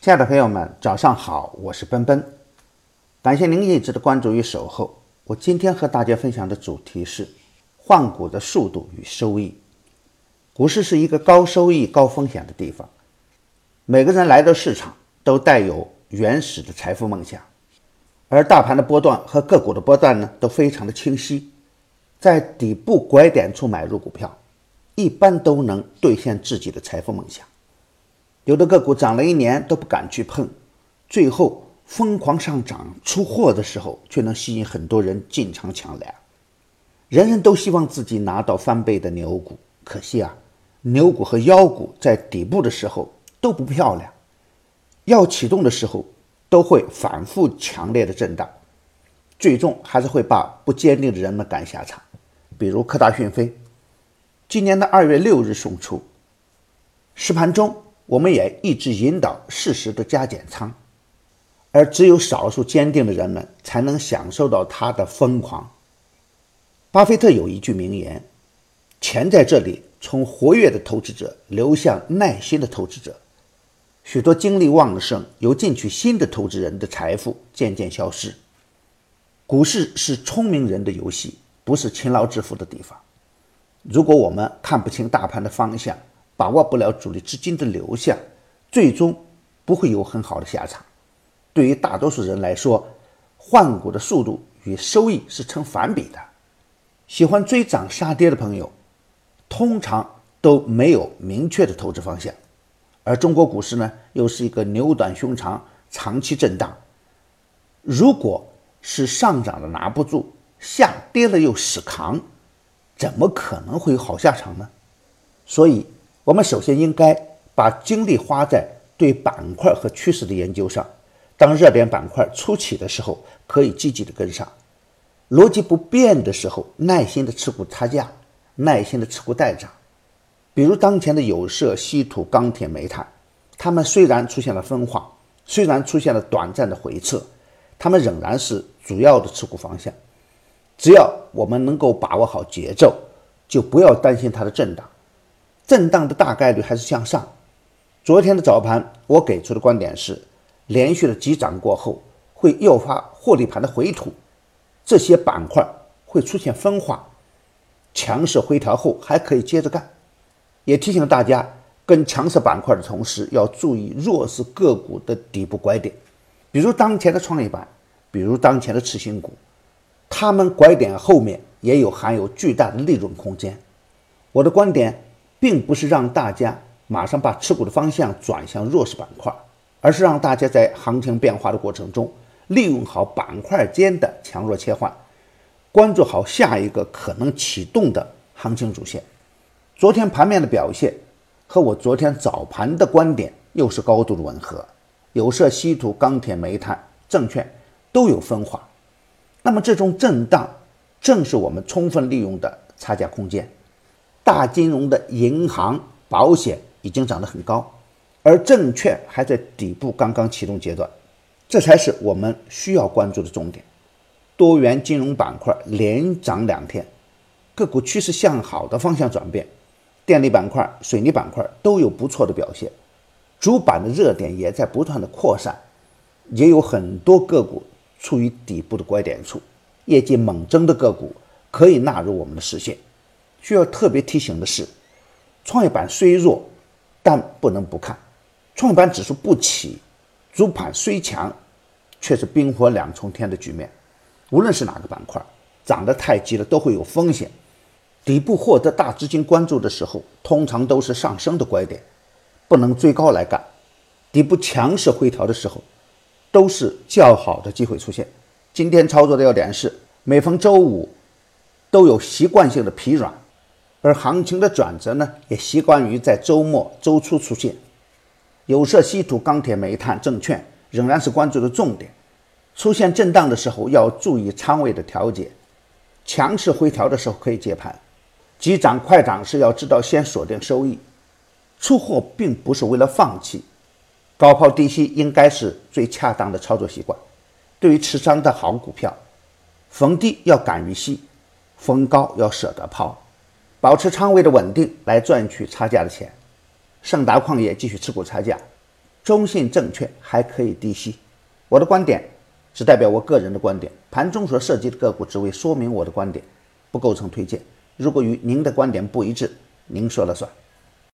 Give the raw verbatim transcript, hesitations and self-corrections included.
亲爱的朋友们，早上好，我是奔奔，感谢您一直的关注与守候。我今天和大家分享的主题是换股的速度与收益。股市是一个高收益高风险的地方，每个人来到市场都带有原始的财富梦想，而大盘的波段和个股的波段呢都非常的清晰，在底部拐点处买入股票，一般都能兑现自己的财富梦想。有的个股涨了一年都不敢去碰，最后疯狂上涨出货的时候，却能吸引很多人进场抢粮。人人都希望自己拿到翻倍的牛股，可惜啊，牛股和妖股在底部的时候都不漂亮，要启动的时候都会反复强烈的震荡，最终还是会把不坚定的人们赶下场。比如科大讯飞，今年的二月六日送出，实盘中我们也一直引导适时的加减仓，而只有少数坚定的人们才能享受到它的疯狂。巴菲特有一句名言，钱在这里从活跃的投资者流向耐心的投资者，许多精力旺盛有进取心的投资人的财富渐渐消失。股市是聪明人的游戏，不是勤劳致富的地方。如果我们看不清大盘的方向，把握不了主力资金的流向，最终不会有很好的下场。对于大多数人来说，换股的速度与收益是成反比的。喜欢追涨杀跌的朋友通常都没有明确的投资方向，而中国股市呢，又是一个牛短熊长，长期震荡。如果是上涨了拿不住，下跌了又死扛，怎么可能会有好下场呢？所以我们首先应该把精力花在对板块和趋势的研究上，当热点板块初起的时候，可以积极的跟上，逻辑不变的时候，耐心的持股差价，耐心的持股待涨。比如当前的有色、稀土、钢铁、煤炭，它们虽然出现了分化，虽然出现了短暂的回撤，它们仍然是主要的持股方向。只要我们能够把握好节奏，就不要担心它的震荡，震荡的大概率还是向上。昨天的早盘我给出的观点是，连续的急涨过后会诱发获利盘的回吐，这些板块会出现分化，强势回调后还可以接着干。也提醒大家，跟强势板块的同时要注意弱势个股的底部拐点，比如当前的创业板，比如当前的次新股，它们拐点后面也有含有巨大的利润空间。我的观点并不是让大家马上把持股的方向转向弱势板块，而是让大家在行情变化的过程中，利用好板块间的强弱切换，关注好下一个可能启动的行情主线。昨天盘面的表现和我昨天早盘的观点又是高度的吻合，有色、稀土、钢铁、煤炭、证券都有分化。那么这种震荡正是我们充分利用的差价空间。大金融的银行、保险已经涨得很高，而证券还在底部刚刚启动阶段，这才是我们需要关注的重点。多元金融板块连涨两天，个股趋势向好的方向转变，电力板块、水泥板块都有不错的表现，主板的热点也在不断的扩散，也有很多个股处于底部的拐点处，业绩猛增的个股可以纳入我们的视线。需要特别提醒的是，创业板虽弱，但不能不看。创业板指数不起，主板虽强，却是冰火两重天的局面。无论是哪个板块，涨得太急了都会有风险。底部获得大资金关注的时候，通常都是上升的拐点，不能追高来干。底部强势回调的时候，都是较好的机会出现。今天操作的要点是，每逢周五都有习惯性的疲软，而行情的转折呢，也习惯于在周末、周初出现。有色、稀土、钢铁、煤炭、证券仍然是关注的重点。出现震荡的时候要注意仓位的调节，强势回调的时候可以接盘。急涨快涨时要知道先锁定收益，出货并不是为了放弃，高抛低吸应该是最恰当的操作习惯。对于持仓的好股票，逢低要敢于吸，逢高要舍得抛，保持仓位的稳定来赚取差价的钱。盛达矿业继续持股差价， 中性正确，还可以低吸。我的观点只代表我个人的观点，盘中所涉及的个股只为说明我的观点，不构成推荐。如果与您的观点不一致，您说了算。